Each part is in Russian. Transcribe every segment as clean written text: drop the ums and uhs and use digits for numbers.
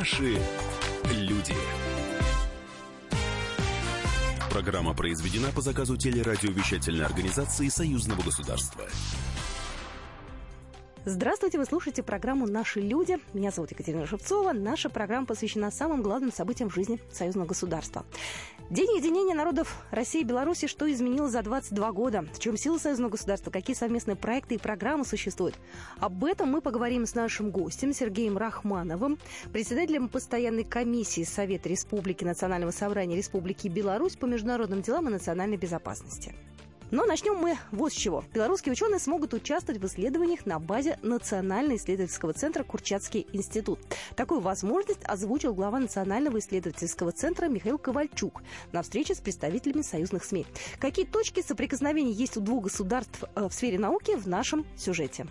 Наши люди. Программа произведена по заказу телерадиовещательной организации Союзного государства. Здравствуйте, вы слушаете программу «Наши люди». Меня зовут Екатерина Шевцова. Наша программа посвящена самым главным событиям в жизни союзного государства. День единения народов России и Беларуси. Что изменилось за 22 года? В чем сила союзного государства? Какие совместные проекты и программы существуют? Об этом мы поговорим с нашим гостем Сергеем Рахмановым, председателем постоянной комиссии Совета Республики Национального собрания Республики Беларусь по международным делам и национальной безопасности. Но начнем мы вот с чего. Белорусские ученые смогут участвовать в исследованиях на базе Национального исследовательского центра «Курчатский институт». Такую возможность озвучил глава Национального исследовательского центра Михаил Ковальчук на встрече с представителями союзных СМИ. Какие точки соприкосновения есть у двух государств в сфере науки в нашем сюжете?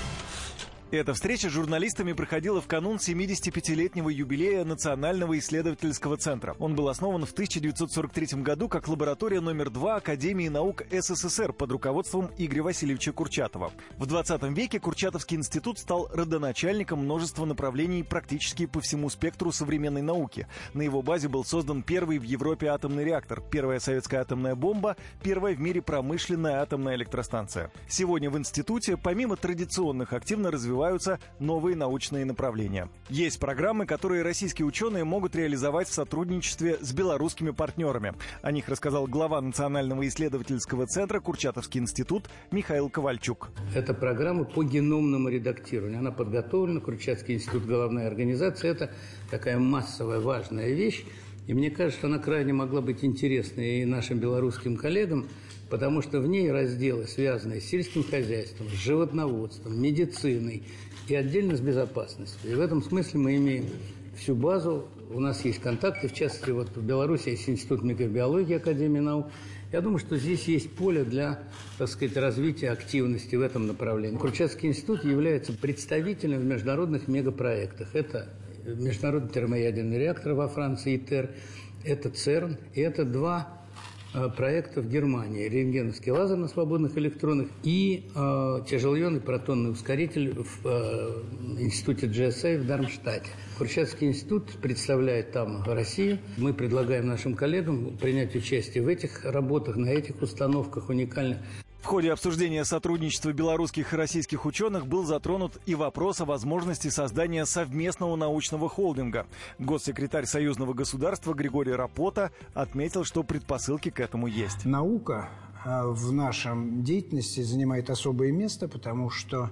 Эта встреча с журналистами проходила в канун 75-летнего юбилея Национального исследовательского центра. Он был основан в 1943 году как лаборатория номер 2 Академии наук СССР под руководством Игоря Васильевича Курчатова. В 20 веке Курчатовский институт стал родоначальником множества направлений практически по всему спектру современной науки. На его базе был создан первый в Европе атомный реактор, первая советская атомная бомба, первая в мире промышленная атомная электростанция. Сегодня в институте, помимо традиционных, активно развиваются новые научные направления. Есть программы, которые российские ученые могут реализовать в сотрудничестве с белорусскими партнерами. О них рассказал глава Национального исследовательского центра «Курчатовский институт» Михаил Ковальчук. Это программа по геномному редактированию. Она подготовлена. Курчатский институт, головная организация. Это такая массовая, важная вещь. И мне кажется, что она крайне могла быть интересна и нашим белорусским коллегам, потому что в ней разделы, связанные с сельским хозяйством, с животноводством, медициной и отдельно с безопасностью. И в этом смысле мы имеем всю базу. У нас есть контакты, в частности, вот в Беларуси есть Институт микробиологии Академии наук. Я думаю, что здесь есть поле для, так сказать, развития активности в этом направлении. Курчатский институт является представителем в международных мегапроектах. Это Международный термоядерный реактор во Франции, ИТЕР, это ЦЕРН, и это два проекта в Германии. Рентгеновский лазер на свободных электронах и тяжелоионный протонный ускоритель в институте GSA в Дармштадте. Курчатский институт представляет там Россию. Мы предлагаем нашим коллегам принять участие в этих работах, на этих установках уникальных. В ходе обсуждения сотрудничества белорусских и российских ученых был затронут и вопрос о возможности создания совместного научного холдинга. Госсекретарь союзного государства Григорий Рапота отметил, что предпосылки к этому есть. Наука в нашем деятельности занимает особое место, потому что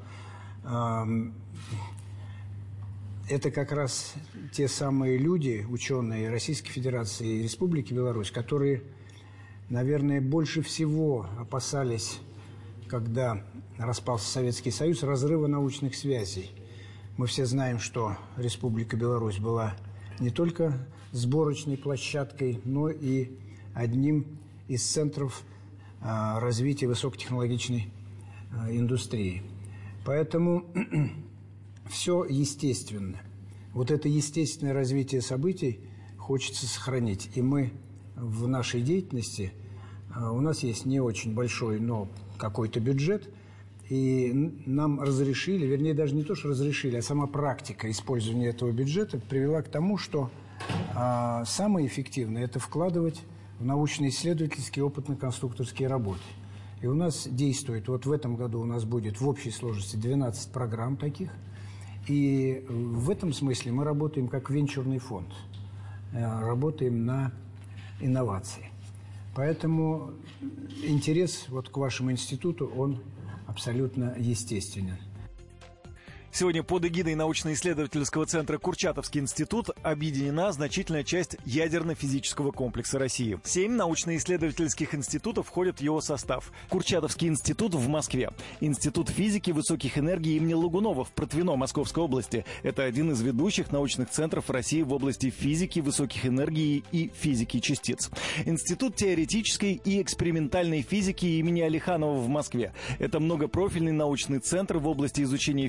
это как раз те самые люди, ученые Российской Федерации и Республики Беларусь, которые, наверное, больше всего опасались, когда распался Советский Союз, разрыва научных связей. Мы все знаем, что Республика Беларусь была не только сборочной площадкой, но и одним из центров развития высокотехнологичной индустрии. Поэтому все естественно. Вот это естественное развитие событий хочется сохранить. И мы в нашей деятельности, у нас есть не очень большой, но какой-то бюджет, и нам разрешили, вернее, даже не то, что разрешили, а сама практика использования этого бюджета привела к тому, что самое эффективное – это вкладывать в научно-исследовательские опытно-конструкторские работы. И у нас действует, вот в этом году у нас будет в общей сложности 12 программ таких, и в этом смысле мы работаем как венчурный фонд, работаем на инновации. Поэтому интерес вот к вашему институту, он абсолютно естественен. Сегодня под эгидой научно-исследовательского центра «Курчатовский институт» объединена значительная часть ядерно-физического комплекса России. 7 научно-исследовательских институтов входят в его состав. Курчатовский институт в Москве, Институт физики высоких энергий имени Лагунова в Протвино Московской области. Это один из ведущих научных центров России в области физики высоких энергий и физики частиц. Институт теоретической и экспериментальной физики имени Алиханова в Москве. Это многопрофильный научный центр в области изучения физики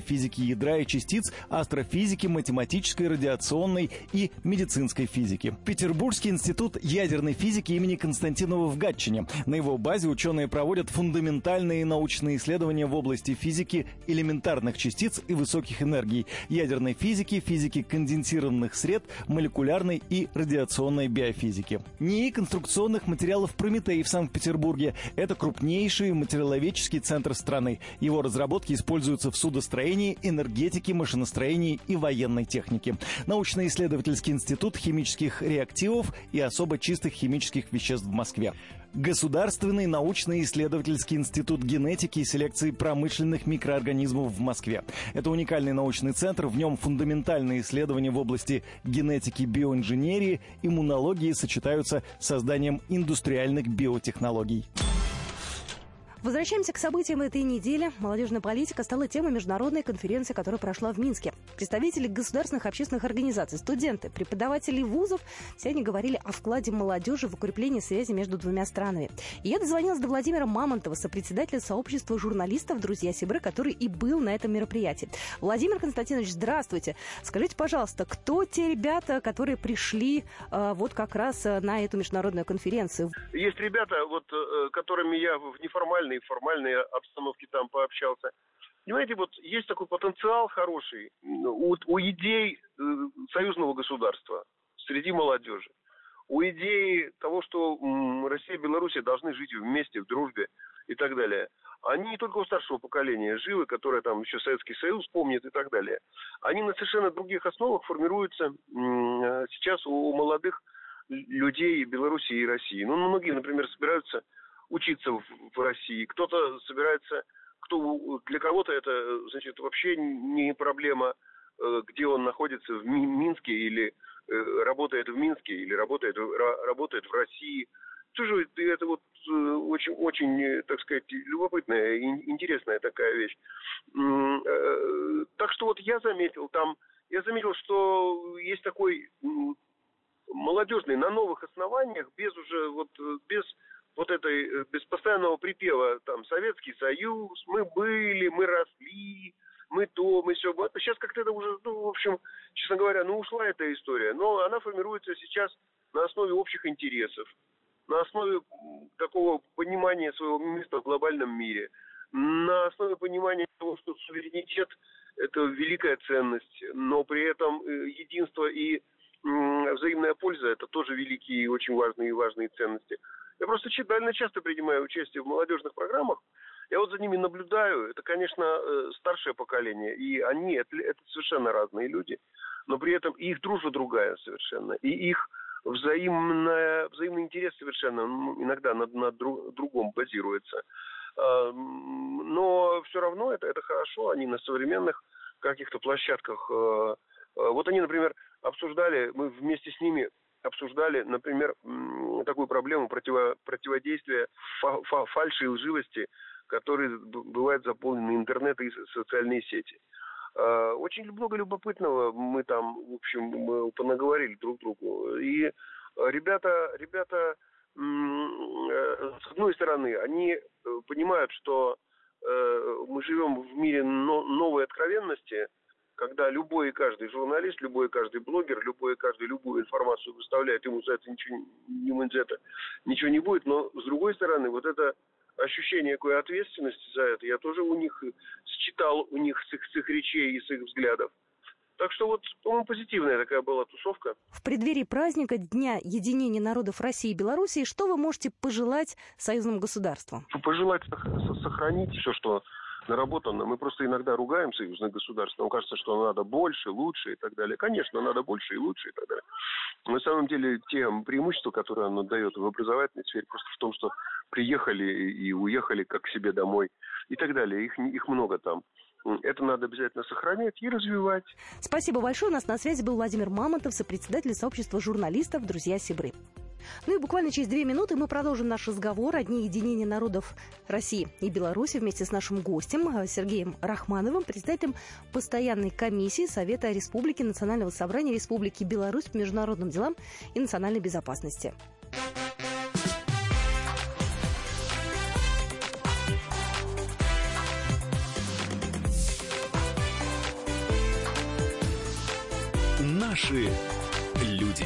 ядра и частиц, астрофизики, математической, радиационной и медицинской физики. Петербургский институт ядерной физики имени Константинова в Гатчине. На его базе ученые проводят фундаментальные научные исследования в области физики элементарных частиц и высоких энергий, ядерной физики, физики конденсированных сред, молекулярной и радиационной биофизики. НИИ конструкционных материалов «Прометей» в Санкт-Петербурге – это крупнейший материаловедческий центр страны. Его разработки используются в судостроении, энергетике, машиностроении и военной технике. Научно-исследовательский институт химических реактивов и особо чистых химических веществ в Москве. Государственный научно-исследовательский институт генетики и селекции промышленных микроорганизмов в Москве. Это уникальный научный центр, в нем фундаментальные исследования в области генетики, биоинженерии, иммунологии сочетаются с созданием индустриальных биотехнологий. Возвращаемся к событиям этой недели. Молодежная политика стала темой международной конференции, которая прошла в Минске. Представители государственных общественных организаций, студенты, преподаватели вузов, все они говорили о вкладе молодежи в укрепление связи между двумя странами. И я дозвонилась до Владимира Мамонтова, сопредседателя сообщества журналистов «Друзья Сибры», который и был на этом мероприятии. Владимир Константинович, здравствуйте. Скажите, пожалуйста, кто те ребята, которые пришли вот как раз на эту международную конференцию? Есть ребята, которыми я в неформальной и формальной обстановке там пообщался. Понимаете, есть такой потенциал хороший у идей союзного государства среди молодежи. У идей того, что Россия и Беларусь должны жить вместе, в дружбе и так далее. Они не только у старшего поколения живы, которое там еще Советский Союз помнит и так далее. Они на совершенно других основах формируются сейчас у молодых людей Беларуси и России. Многие, например, собираются учиться в России. Кто-то собирается, для кого-то это, вообще не проблема, где он находится, в Минске или работает в Минске, или работает в России. Тоже это очень, так сказать, любопытная, интересная такая вещь. Так что я заметил, что есть такой молодежный на новых основаниях, без постоянного припева, Советский Союз, мы были, мы росли, мы все. Сейчас как-то это уже, честно говоря, ушла эта история. Но она формируется сейчас на основе общих интересов, на основе такого понимания своего места в глобальном мире, на основе понимания того, что суверенитет – это великая ценность, но при этом единство и взаимная польза – это тоже великие и очень важные ценности. Я просто довольно часто принимаю участие в молодежных программах. Я за ними наблюдаю. Это, конечно, старшее поколение. И они – это совершенно разные люди. Но при этом и их дружба другая совершенно. И их взаимный интерес совершенно иногда на другом базируется. Но все равно это хорошо. Они на современных каких-то площадках. Они, например, мы вместе с ними обсуждали, например, такую проблему противодействия фальши и лживости, которые бывают заполнены интернет и социальные сети. Очень много любопытного мы там, мы понаговорили друг другу. И ребята, с одной стороны, они понимают, что мы живем в мире новой откровенности, когда любой и каждый журналист, любой и каждый блогер, любой и каждый любую информацию выставляет, ему за это ничего не будет. Но, с другой стороны, это ощущение какой ответственности за это я тоже у них считал, с их речей и с их взглядов. Так что по-моему, позитивная такая была тусовка. В преддверии праздника Дня единения народов России и Белоруссии, что вы можете пожелать союзному государству? Пожелать сохранить все, что наработано. Мы просто иногда ругаем союзное государство. Нам кажется, что надо больше, лучше и так далее. Конечно, надо больше и лучше и так далее. Но на самом деле те преимущества, которые оно дает в образовательной сфере, просто в том, что приехали и уехали как к себе домой и так далее. Их много там. Это надо обязательно сохранять и развивать. Спасибо большое. У нас на связи был Владимир Мамонтов, сопредседатель сообщества журналистов «Друзья Сибры». И буквально через 2 минуты мы продолжим наш разговор о Дне единения народов России и Беларуси вместе с нашим гостем Сергеем Рахмановым, председателем постоянной комиссии Совета Республики Национального собрания Республики Беларусь по международным делам и национальной безопасности. Наши люди.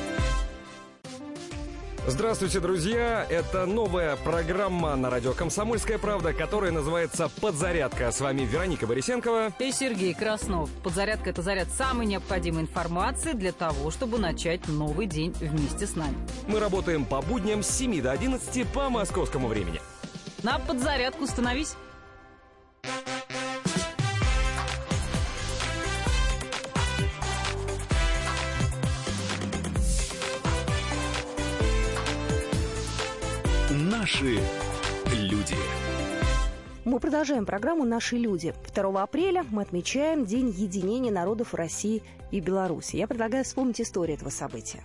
Здравствуйте, друзья! Это новая программа на радио «Комсомольская правда», которая называется «Подзарядка». С вами Вероника Борисенкова и Сергей Краснов. Подзарядка – это заряд самой необходимой информации для того, чтобы начать новый день вместе с нами. Мы работаем по будням с 7 до 11 по московскому времени. На подзарядку становись! Наши люди. Мы продолжаем программу «Наши люди». 2 апреля мы отмечаем День единения народов России и Беларуси. Я предлагаю вспомнить историю этого события.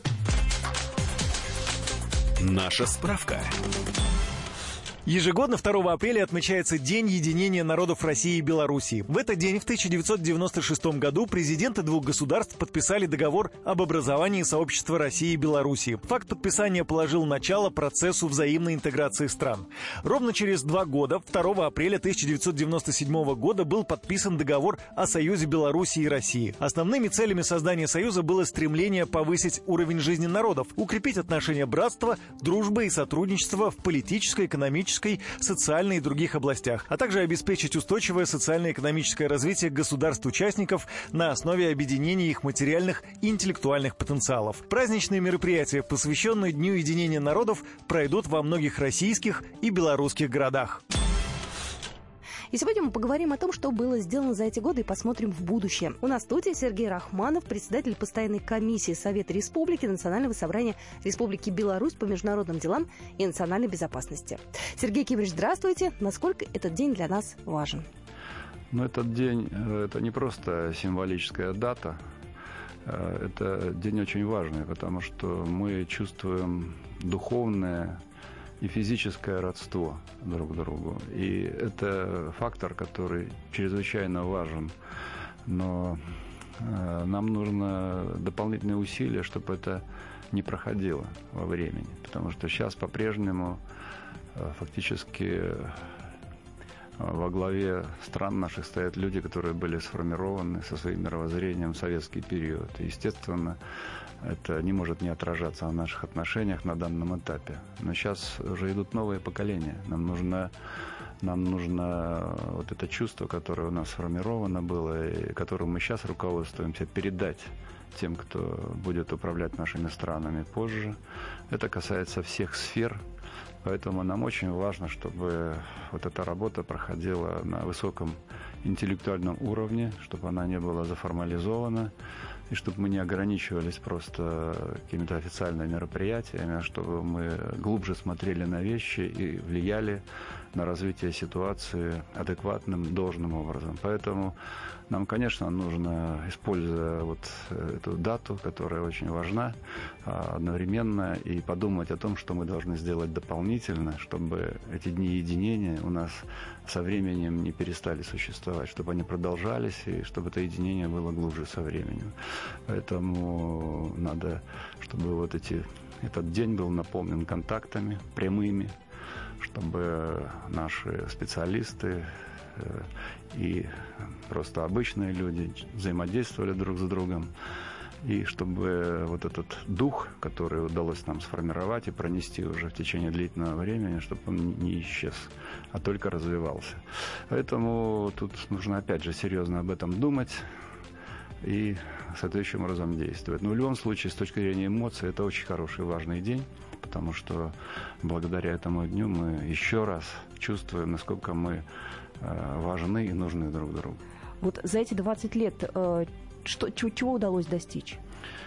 Наша справка. Ежегодно 2 апреля отмечается День единения народов России и Белоруссии. В этот день, в 1996 году, президенты двух государств подписали договор об образовании сообщества России и Белоруссии. Факт подписания положил начало процессу взаимной интеграции стран. Ровно через 2 года, 2 апреля 1997 года, был подписан договор о Союзе Белоруссии и России. Основными целями создания Союза было стремление повысить уровень жизни народов, укрепить отношения братства, дружбы и сотрудничества в политической, экономической, социальной и других областях, а также обеспечить устойчивое социально-экономическое развитие государств-участников на основе объединения их материальных и интеллектуальных потенциалов. Праздничные мероприятия, посвященные Дню единения народов, пройдут во многих российских и белорусских городах. И сегодня мы поговорим о том, что было сделано за эти годы, и посмотрим в будущее. У нас в студии Сергей Рахманов, председатель постоянной комиссии Совета Республики Национального собрания Республики Беларусь по международным делам и национальной безопасности. Сергей Кимович, здравствуйте. Насколько этот день для нас важен? Этот день – это не просто символическая дата. Это день очень важный, потому что мы чувствуем духовное и физическое родство друг к другу. И это фактор, который чрезвычайно важен. Но нам нужно дополнительные усилия, чтобы это не проходило во времени. Потому что сейчас по-прежнему фактически во главе стран наших стоят люди, которые были сформированы со своим мировоззрением в советский период. И, естественно, это не может не отражаться в наших отношениях на данном этапе. Но сейчас уже идут новые поколения. Нам нужно вот это чувство, которое у нас сформировано было, и которым мы сейчас руководствуемся, передать тем, кто будет управлять нашими странами позже. Это касается всех сфер. Поэтому нам очень важно, чтобы вот эта работа проходила на высоком интеллектуальном уровне, чтобы она не была заформализована, и чтобы мы не ограничивались просто какими-то официальными мероприятиями, а чтобы мы глубже смотрели на вещи и влияли на развитие ситуации адекватным, должным образом. Поэтому нам, конечно, нужно, используя вот эту дату, которая очень важна, одновременно и подумать о том, что мы должны сделать дополнительно, чтобы эти дни единения у нас со временем не перестали существовать, чтобы они продолжались и чтобы это единение было глубже со временем. Поэтому надо, чтобы вот этот день был наполнен контактами прямыми, чтобы наши специалисты и просто обычные люди взаимодействовали друг с другом, и чтобы вот этот дух, который удалось нам сформировать и пронести уже в течение длительного времени, чтобы он не исчез, а только развивался. Поэтому тут нужно, опять же, серьезно об этом думать и соответствующим образом действовать. Но в любом случае, с точки зрения эмоций, это очень хороший, важный день, потому что благодаря этому дню мы еще раз чувствуем, насколько мы важны и нужны друг другу. Вот за эти 20 лет чего удалось достичь?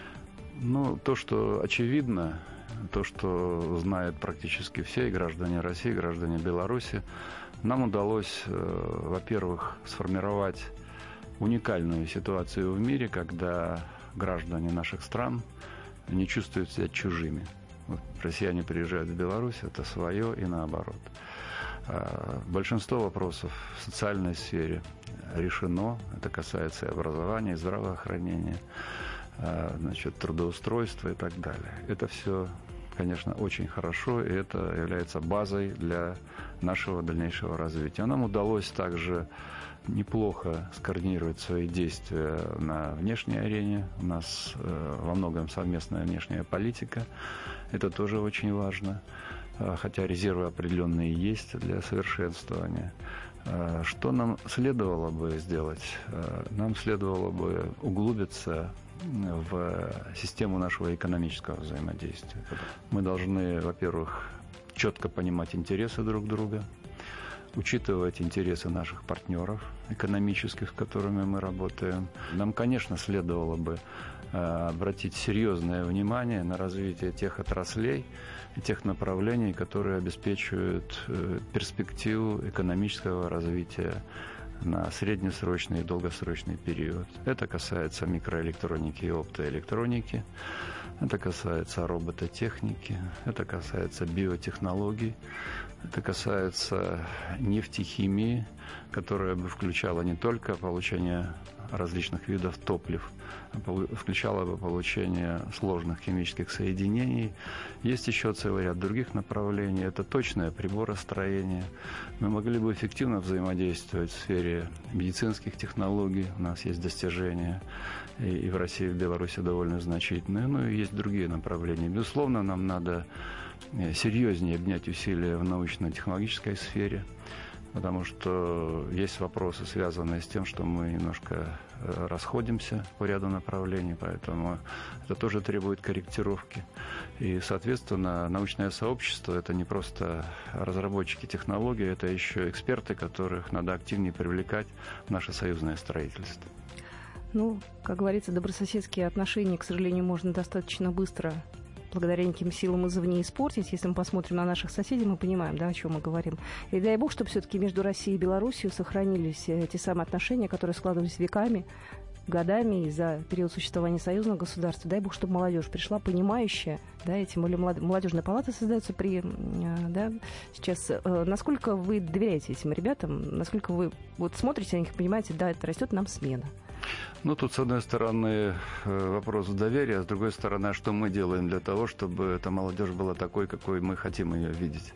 То, что очевидно, то, что знают практически все, и граждане России, и граждане Беларуси, нам удалось, во-первых, сформировать уникальную ситуацию в мире, когда граждане наших стран не чувствуют себя чужими. Вот россияне приезжают в Беларусь, это свое и наоборот. Большинство вопросов в социальной сфере решено. Это касается и образования, и здравоохранения, трудоустройства и так далее. Это все конечно, очень хорошо, и это является базой для нашего дальнейшего развития. Нам удалось также неплохо скоординировать свои действия на внешней арене. У нас во многом совместная внешняя политика. Это тоже очень важно, хотя резервы определенные есть для совершенствования. Что нам следовало бы сделать? Нам следовало бы углубиться в систему нашего экономического взаимодействия. Мы должны, во-первых, четко понимать интересы друг друга, учитывать интересы наших партнеров экономических, с которыми мы работаем. Нам, конечно, следовало бы обратить серьезное внимание на развитие тех отраслей и тех направлений, которые обеспечивают перспективу экономического развития на среднесрочный и долгосрочный период. Это касается микроэлектроники и оптоэлектроники, это касается робототехники, это касается биотехнологий, это касается нефтехимии, которая бы включала не только получение различных видов топлив, а включала бы получение сложных химических соединений. Есть еще целый ряд других направлений. Это точное приборостроение. Мы могли бы эффективно взаимодействовать в сфере медицинских технологий. У нас есть достижения и в России, и в Беларуси довольно значительные. Ну и есть другие направления. Безусловно, нам надо серьезнее объединять усилия в научно-технологической сфере, потому что есть вопросы, связанные с тем, что мы немножко расходимся по ряду направлений, поэтому это тоже требует корректировки. И, соответственно, научное сообщество – это не просто разработчики технологий, это еще эксперты, которых надо активнее привлекать в наше союзное строительство. Ну, как говорится, добрососедские отношения, к сожалению, можно достаточно быстро благодаря неким силам извне испортить. Если мы посмотрим на наших соседей, мы понимаем, да, о чем мы говорим. И дай бог, чтобы все-таки между Россией и Белоруссией сохранились те самые отношения, которые складывались веками, годами и за период существования союзного государства. Дай бог, чтобы молодежь пришла понимающая, да, и тем более молодежная палата создается при, да, сейчас. Насколько вы доверяете этим ребятам? Насколько вы вот смотрите на них и понимаете, да, это растет нам смена? Ну, тут, с одной стороны, вопрос доверия, а с другой стороны, что мы делаем для того, чтобы эта молодежь была такой, какой мы хотим ее видеть.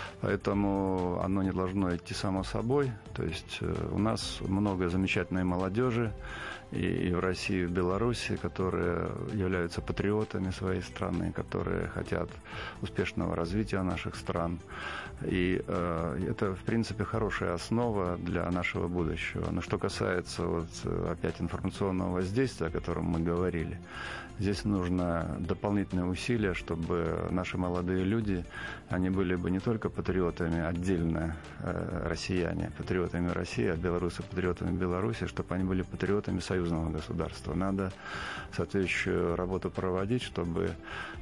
Поэтому оно не должно идти само собой. То есть у нас много замечательной молодежи и в России, и в Беларуси, которые являются патриотами своей страны, которые хотят успешного развития наших стран. И это, в принципе, хорошая основа для нашего будущего. Но что касается вот, опять информационного воздействия, о котором мы говорили, здесь нужно дополнительные усилия, чтобы наши молодые люди, они были бы не только патриотами отдельно россияне, патриотами России, а белорусы патриотами Беларуси, чтобы они были патриотами союзного государства. Надо соответствующую работу проводить, чтобы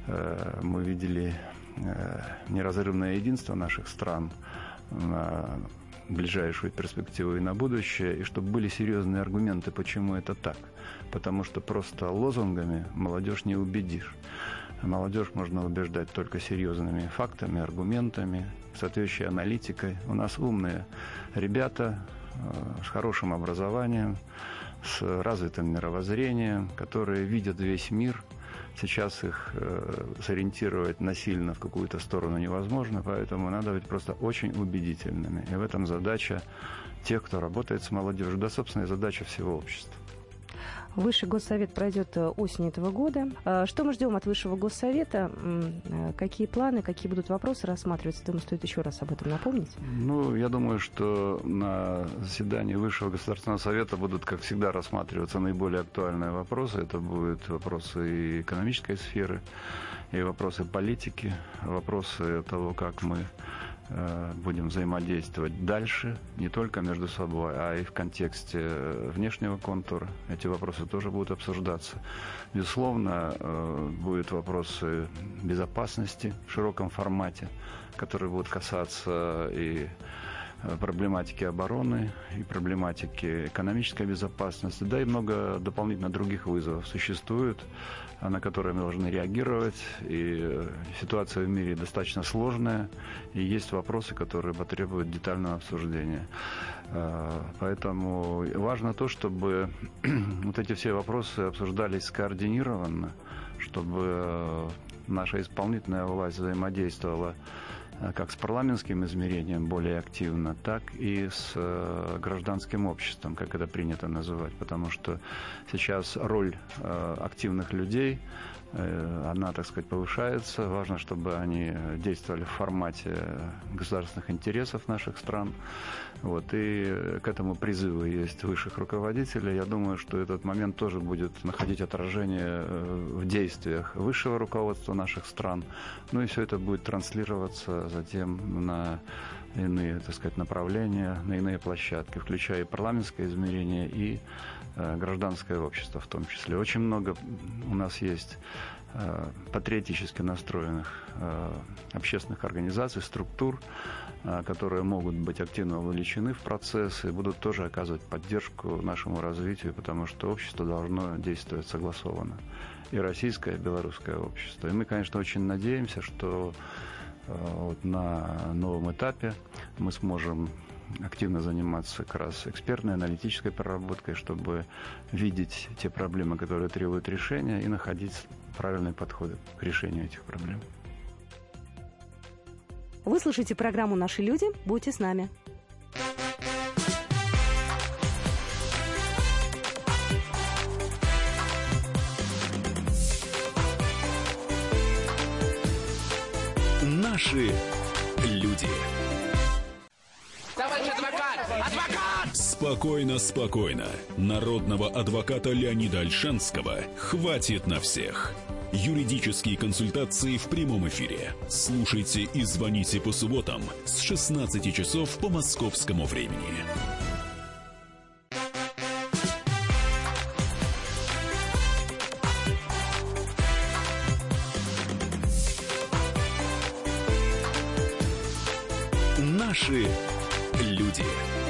мы видели неразрывное единство наших стран на ближайшую перспективу и на будущее, и чтобы были серьезные аргументы, почему это так. Потому что просто лозунгами молодежь не убедишь. Молодежь можно убеждать только серьезными фактами, аргументами, соответствующей аналитикой. У нас умные ребята с хорошим образованием, с развитым мировоззрением, которые видят весь мир. Сейчас их сориентировать насильно в какую-то сторону невозможно, поэтому надо быть просто очень убедительными. И в этом задача тех, кто работает с молодежью, да, собственно, и задача всего общества. Высший госсовет пройдет осенью этого года. Что мы ждем от Высшего госсовета? Какие планы, какие будут вопросы рассматриваться? Думаю, стоит еще раз об этом напомнить. Ну, я думаю, что на заседании Высшего государственного совета будут, как всегда, рассматриваться наиболее актуальные вопросы. Это будут вопросы и экономической сферы, и вопросы политики, вопросы того, как мы будем взаимодействовать дальше, не только между собой, а и в контексте внешнего контура. Эти вопросы тоже будут обсуждаться. Безусловно, будут вопросы безопасности в широком формате, которые будут касаться и проблематики обороны, и проблематики экономической безопасности, да и много дополнительно других вызовов существует, на которые мы должны реагировать. И ситуация в мире достаточно сложная, и есть вопросы, которые потребуют детального обсуждения. Поэтому важно то, чтобы вот эти все вопросы обсуждались скоординированно, чтобы наша исполнительная власть взаимодействовала как с парламентским измерением более активно, так и с гражданским обществом, как это принято называть, потому что сейчас роль активных людей, она, так сказать, повышается. Важно, чтобы они действовали в формате государственных интересов наших стран. Вот. И к этому призывы есть высших руководителей. Я думаю, что этот момент тоже будет находить отражение в действиях высшего руководства наших стран. Ну и все это будет транслироваться затем на иные, так сказать, направления, на иные площадки, включая и парламентское измерение, и гражданское общество в том числе. Очень много у нас есть патриотически настроенных общественных организаций, структур, которые могут быть активно вовлечены в процесс и будут тоже оказывать поддержку нашему развитию, потому что общество должно действовать согласованно. И российское, и белорусское общество. И мы, конечно, очень надеемся, что вот на новом этапе мы сможем активно заниматься как раз экспертной, аналитической проработкой, чтобы видеть те проблемы, которые требуют решения, и находить правильные подходы к решению этих проблем. Вы слушаете программу «Наши люди». Будьте с нами. Наши люди. Товарищ адвокат! Адвокат! Спокойно, спокойно. Народного адвоката Леонида Ольшанского хватит на всех. Юридические консультации в прямом эфире. Слушайте и звоните по субботам с 16 часов по московскому времени. Наши люди.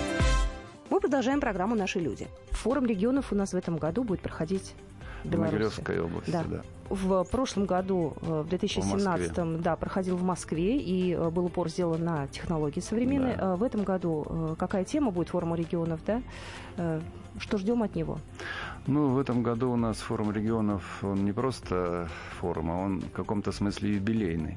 Мы продолжаем программу «Наши люди». Форум регионов у нас в этом году будет проходить в Беларуси. Могилевской области, да. В прошлом году, в 2017-м, проходил в Москве, и был упор сделан на технологии современные. Да. В этом году какая тема будет форума регионов, да? Что ждем от него? Ну, в этом году у нас форум регионов, он не просто форум, а он в каком-то смысле юбилейный.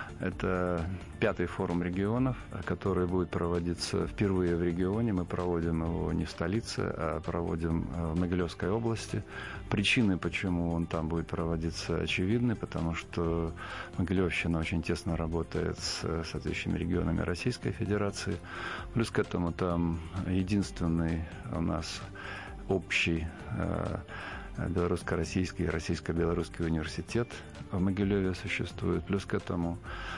Это 5-й форум регионов, который будет проводиться впервые в регионе. Мы проводим его не в столице, а проводим в Могилевской области. Причины, почему он там будет проводиться, очевидны, потому что Могилевщина очень тесно работает с соответствующими регионами Российской Федерации. Плюс к этому там единственный у нас общий белорусско-российский и российско-белорусский университет в Могилеве существует. Плюс к этому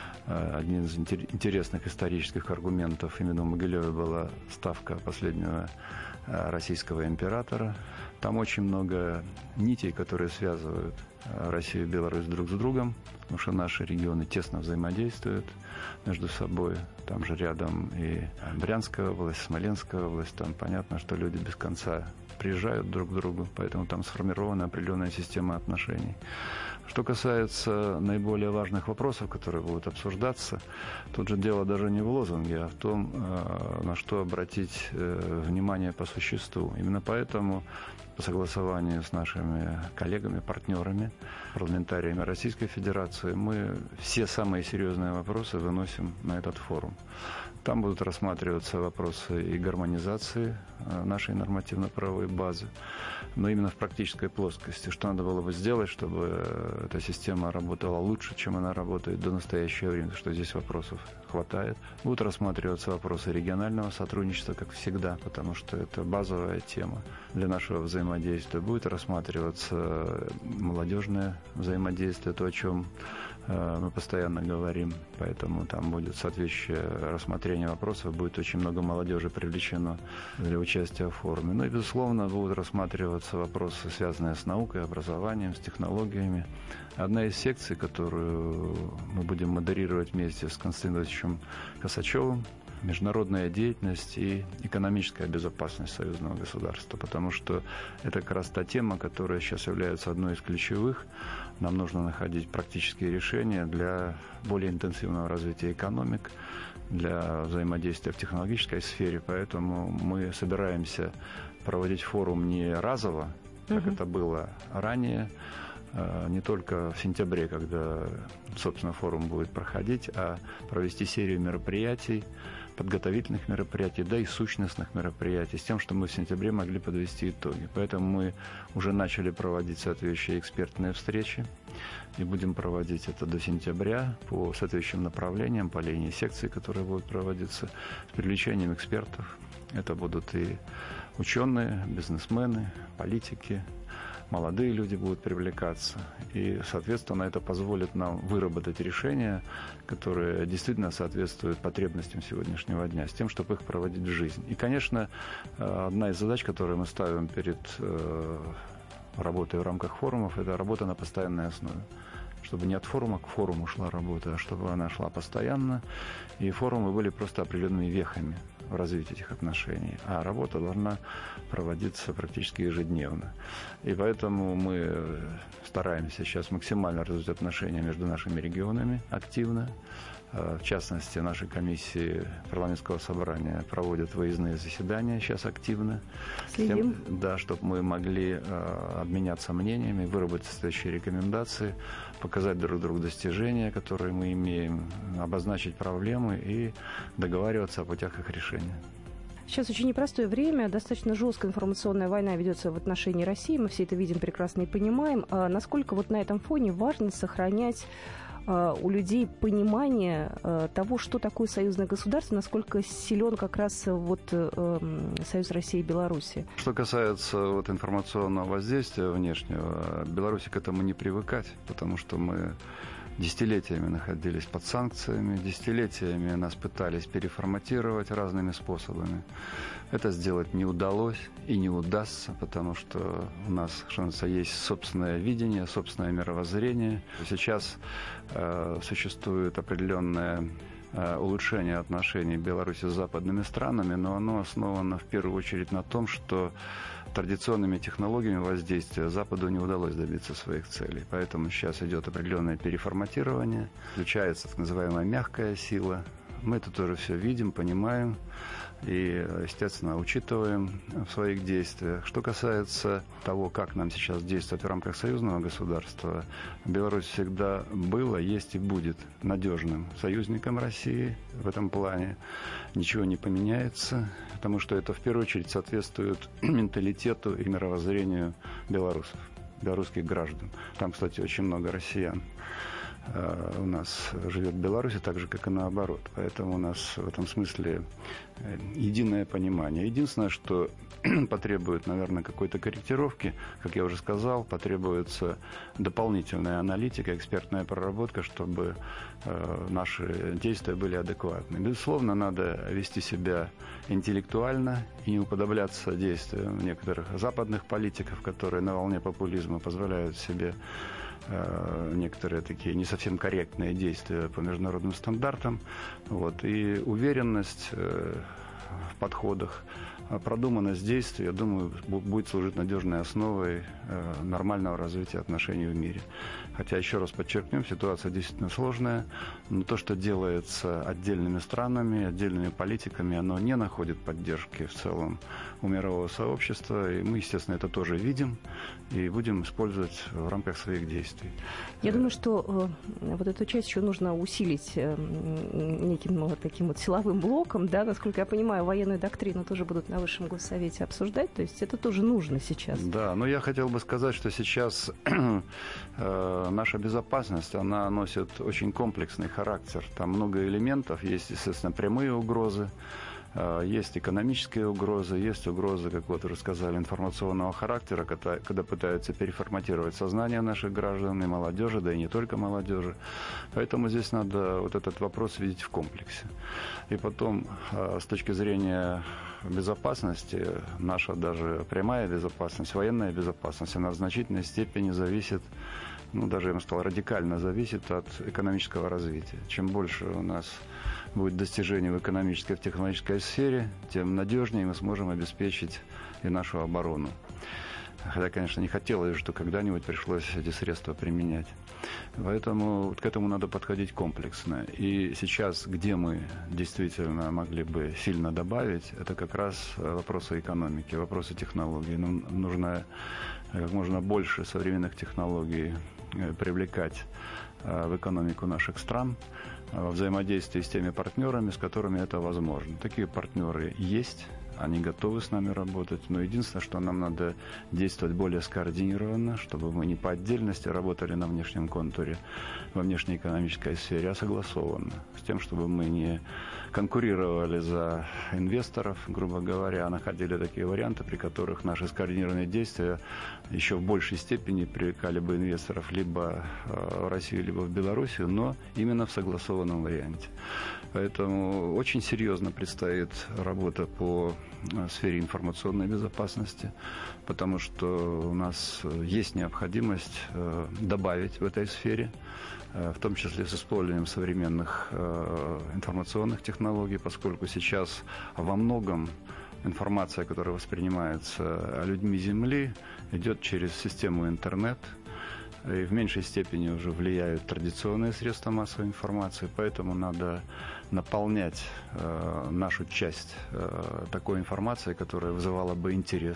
один из интересных исторических аргументов именно в Могилеве была ставка последнего российского императора. Там очень много нитей, которые связывают Россию и Беларусь друг с другом, потому что наши регионы тесно взаимодействуют между собой. Там же рядом и Брянская область, Смоленская область. Там понятно, что люди без конца приезжают друг к другу, поэтому там сформирована определенная система отношений. Что касается наиболее важных вопросов, которые будут обсуждаться, тут же дело даже не в лозунге, а в том, на что обратить внимание по существу. Именно поэтому по согласованию с нашими коллегами, партнерами, парламентариями Российской Федерации, мы все самые серьезные вопросы выносим на этот форум. Там будут рассматриваться вопросы и гармонизации нашей нормативно-правовой базы, но именно в практической плоскости. Что надо было бы сделать, чтобы эта система работала лучше, чем она работает до настоящего времени, потому что здесь вопросов хватает. Будут рассматриваться вопросы регионального сотрудничества, как всегда, потому что это базовая тема для нашего взаимодействия. Будет рассматриваться молодежное взаимодействие, то, о чем мы постоянно говорим, поэтому там будет соответствующее рассмотрение вопросов, будет очень много молодежи привлечено для участия в форуме. Ну и, безусловно, будут рассматриваться вопросы, связанные с наукой, образованием, с технологиями. Одна из секций, которую мы будем модерировать вместе с Константином Ильичем Косачевым, международная деятельность и экономическая безопасность союзного государства, потому что это как раз та тема, которая сейчас является одной из ключевых. Нам нужно находить практические решения для более интенсивного развития экономик, для взаимодействия в технологической сфере, поэтому мы собираемся проводить форум не разово, как это было ранее, не только в сентябре, когда, собственно, форум будет проходить, а провести серию мероприятий, подготовительных мероприятий, да и сущностных мероприятий, с тем, что мы в сентябре могли подвести итоги. Поэтому мы уже начали проводить соответствующие экспертные встречи и будем проводить это до сентября по соответствующим направлениям, по линии секций, которые будут проводиться, с привлечением экспертов. Это будут и ученые, бизнесмены, политики, молодые люди будут привлекаться. И, соответственно, это позволит нам выработать решения, которые действительно соответствуют потребностям сегодняшнего дня, с тем, чтобы их проводить в жизнь. И, конечно, одна из задач, которую мы ставим перед работой в рамках форумов, это работа на постоянной основе. Чтобы не от форума к форуму шла работа, а чтобы она шла постоянно, и форумы были просто определенными вехами в развитии этих отношений, а работа должна проводиться практически ежедневно. И поэтому мы стараемся сейчас максимально развить отношения между нашими регионами активно. В частности, наши комиссии парламентского собрания проводят выездные заседания сейчас активно. Следим. Да, чтобы мы могли обменяться мнениями, выработать соответствующие рекомендации, показать друг другу достижения, которые мы имеем, обозначить проблемы и договариваться о путях их решения. Сейчас очень непростое время, достаточно жесткая информационная война ведется в отношении России, мы все это видим прекрасно и понимаем. Насколько вот на этом фоне важно сохранять у людей понимание того, что такое союзное государство, насколько силен как раз вот союз России и Беларуси. Что касается вот информационного воздействия внешнего, Беларуси к этому не привыкать, потому что мы десятилетиями находились под санкциями, десятилетиями нас пытались переформатировать разными способами. Это сделать не удалось и не удастся, потому что у нас, что называется, есть собственное видение, собственное мировоззрение. Сейчас существует определенное улучшение отношений Беларуси с западными странами, но оно основано в первую очередь на том, что традиционными технологиями воздействия Западу не удалось добиться своих целей. Поэтому сейчас идет определенное переформатирование, включается так называемая мягкая сила. Мы это тоже все видим, понимаем и, естественно, учитываем в своих действиях. Что касается того, как нам сейчас действовать в рамках союзного государства, Беларусь всегда была, есть и будет надежным союзником России в этом плане. Ничего не поменяется, потому что это в первую очередь соответствует менталитету и мировоззрению белорусов, белорусских граждан. Там, кстати, очень много россиян у нас живет в Беларуси, так же, как и наоборот. Поэтому у нас в этом смысле единое понимание. Единственное, что потребует, наверное, какой-то корректировки, как я уже сказал, потребуется дополнительная аналитика, экспертная проработка, чтобы наши действия были адекватны. Безусловно, надо вести себя интеллектуально и не уподобляться действиям некоторых западных политиков, которые на волне популизма позволяют себе некоторые такие не совсем корректные действия по международным стандартам. Вот. И уверенность в подходах, продуманность действий, я думаю, будет служить надежной основой нормального развития отношений в мире. Хотя, еще раз подчеркнем, ситуация действительно сложная, но то, что делается отдельными странами, отдельными политиками, оно не находит поддержки в целом у мирового сообщества, и мы, естественно, это тоже видим и будем использовать в рамках своих действий. Я думаю, что вот эту часть еще нужно усилить неким таким вот силовым блоком, да, насколько я понимаю, военную доктрину тоже будут на Высшем Госсовете обсуждать, то есть это тоже нужно сейчас. Да, но я хотел бы сказать, что сейчас наша безопасность, она носит очень комплексный характер. Там много элементов, есть, естественно, прямые угрозы, есть экономические угрозы, есть угрозы, как вот уже сказали, информационного характера, когда пытаются переформатировать сознание наших граждан и молодежи, да и не только молодежи. Поэтому здесь надо вот этот вопрос видеть в комплексе. И потом, с точки зрения безопасности, наша даже прямая безопасность, военная безопасность, она в значительной степени зависит, ну, даже, я бы сказал, радикально зависит от экономического развития. Чем больше у нас будет достижений в экономической, в технологической сфере, тем надежнее мы сможем обеспечить и нашу оборону. Хотя, конечно, не хотелось, что когда-нибудь пришлось эти средства применять. Поэтому вот к этому надо подходить комплексно. И сейчас, где мы действительно могли бы сильно добавить, это как раз вопросы экономики, вопросы технологий. Нам нужно как можно больше современных технологий привлекать в экономику наших стран, во взаимодействии с теми партнерами, с которыми это возможно. Такие партнеры есть. Они готовы с нами работать, но единственное, что нам надо действовать более скоординированно, чтобы мы не по отдельности работали на внешнем контуре, во внешнеэкономической сфере, а согласованно, с тем, чтобы мы не конкурировали за инвесторов, грубо говоря, а находили такие варианты, при которых наши скоординированные действия еще в большей степени привлекали бы инвесторов либо в Россию, либо в Белоруссию, но именно в согласованном варианте. Поэтому очень серьезно предстоит работа по сфере информационной безопасности, потому что у нас есть необходимость добавить в этой сфере, в том числе с использованием современных информационных технологий, поскольку сейчас во многом информация, которая воспринимается людьми Земли, идет через систему интернет, и в меньшей степени уже влияют традиционные средства массовой информации, поэтому надо наполнять нашу часть такой информацией, которая вызывала бы интерес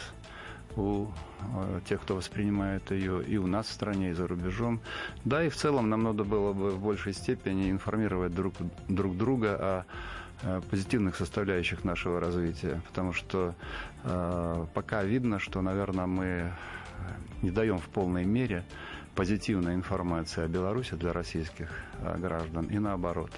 у тех, кто воспринимает ее и у нас в стране, и за рубежом. Да, и в целом нам надо было бы в большей степени информировать друг друга о позитивных составляющих нашего развития, потому что пока видно, что, наверное, мы не даем в полной мере позитивной информации о Беларуси для российских граждан и наоборот.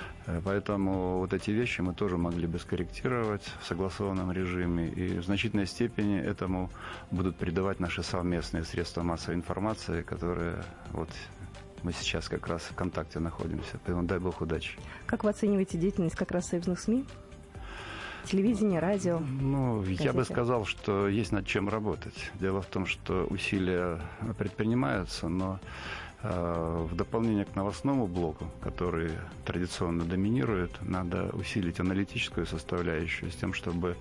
Поэтому вот эти вещи мы тоже могли бы скорректировать в согласованном режиме, и в значительной степени этому будут придавать наши совместные средства массовой информации, которые вот мы сейчас как раз в контакте находимся. Поэтому дай бог удачи. Как вы оцениваете деятельность как раз союзных СМИ? Телевидение, радио? Ну, я бы сказал, что есть над чем работать. Дело в том, что усилия предпринимаются, но в дополнение к новостному блоку, который традиционно доминирует, надо усилить аналитическую составляющую с тем, чтобы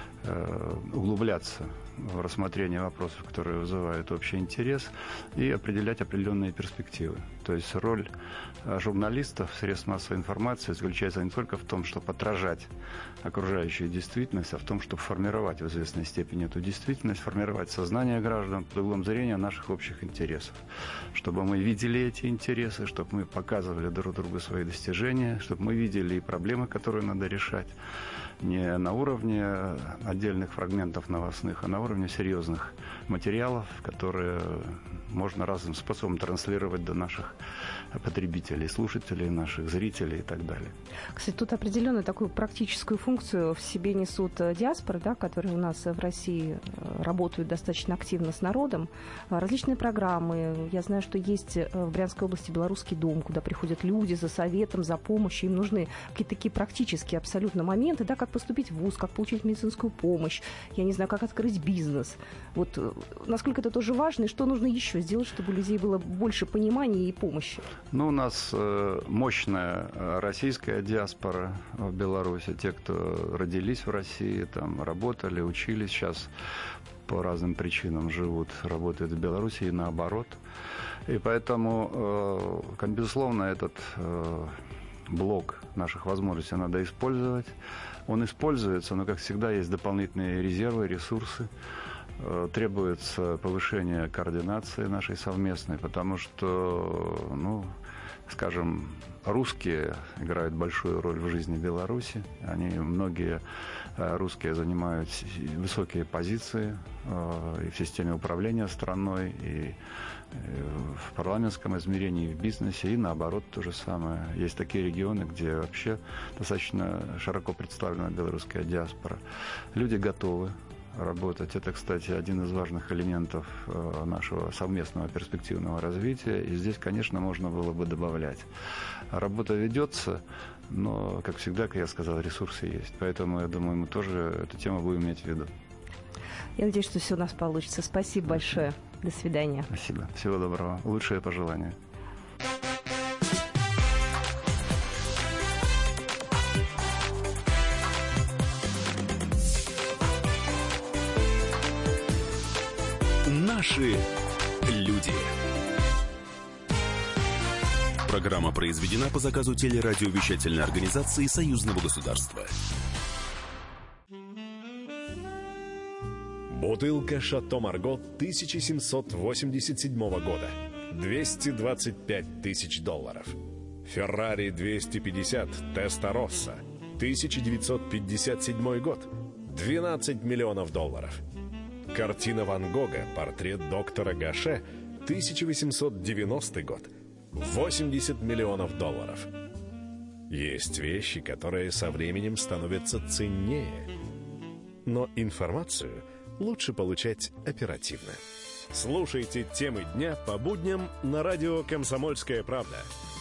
углубляться в рассмотрение вопросов, которые вызывают общий интерес, и определять определенные перспективы. То есть роль журналистов, средств массовой информации заключается не только в том, чтобы отражать окружающую действительность, а в том, чтобы формировать в известной степени эту действительность, формировать сознание граждан под углом зрения наших общих интересов. Чтобы мы видели эти интересы, чтобы мы показывали друг другу свои достижения, чтобы мы видели и проблемы, которые надо решать. Не на уровне отдельных фрагментов новостных, а на уровне серьезных материалов, которые можно разным способом транслировать до наших потребителей, слушателей, наших зрителей и так далее. Кстати, тут определенную такую практическую функцию в себе несут диаспоры, да, которые у нас в России работают достаточно активно с народом. Различные программы. Я знаю, что есть в Брянской области Белорусский дом, куда приходят люди за советом, за помощью. Им нужны какие-то такие практические абсолютно моменты, да, как поступить в вуз, как получить медицинскую помощь, я не знаю, как открыть бизнес. Вот насколько это тоже важно, и что нужно еще сделать, чтобы у людей было больше понимания и помощи? Ну, у нас мощная российская диаспора в Беларуси. Те, кто родились в России, там работали, учились, сейчас по разным причинам живут, работают в Беларуси и наоборот. И поэтому, безусловно, этот блок наших возможностей надо использовать. Он используется, но, как всегда, есть дополнительные резервы, ресурсы. Требуется повышение координации нашей совместной, потому что, ну, скажем, русские играют большую роль в жизни Беларуси. Многие русские занимают высокие позиции и в системе управления страной, и в парламентском измерении, и в бизнесе, и наоборот то же самое. Есть такие регионы, где вообще достаточно широко представлена белорусская диаспора. Люди готовы работать. Это, кстати, один из важных элементов нашего совместного перспективного развития. И здесь, конечно, можно было бы добавлять. Работа ведется, но, как всегда, как я сказал, ресурсы есть. Поэтому, я думаю, мы тоже эту тему будем иметь в виду. Я надеюсь, что все у нас получится. Спасибо большое. До свидания. Спасибо. Всего доброго. Лучшие пожелания. Наши люди. Программа произведена по заказу телерадиовещательной организации Союзного государства. Бутылка «Шато Марго» 1787 года. $225 тысяч. Феррари 250 Теста-Росса. 1957 год. $12 миллионов. Картина Ван Гога «Портрет доктора Гаше», 1890 год. $80 миллионов. Есть вещи, которые со временем становятся ценнее. Но информацию лучше получать оперативно. Слушайте темы дня по будням на радио «Комсомольская правда».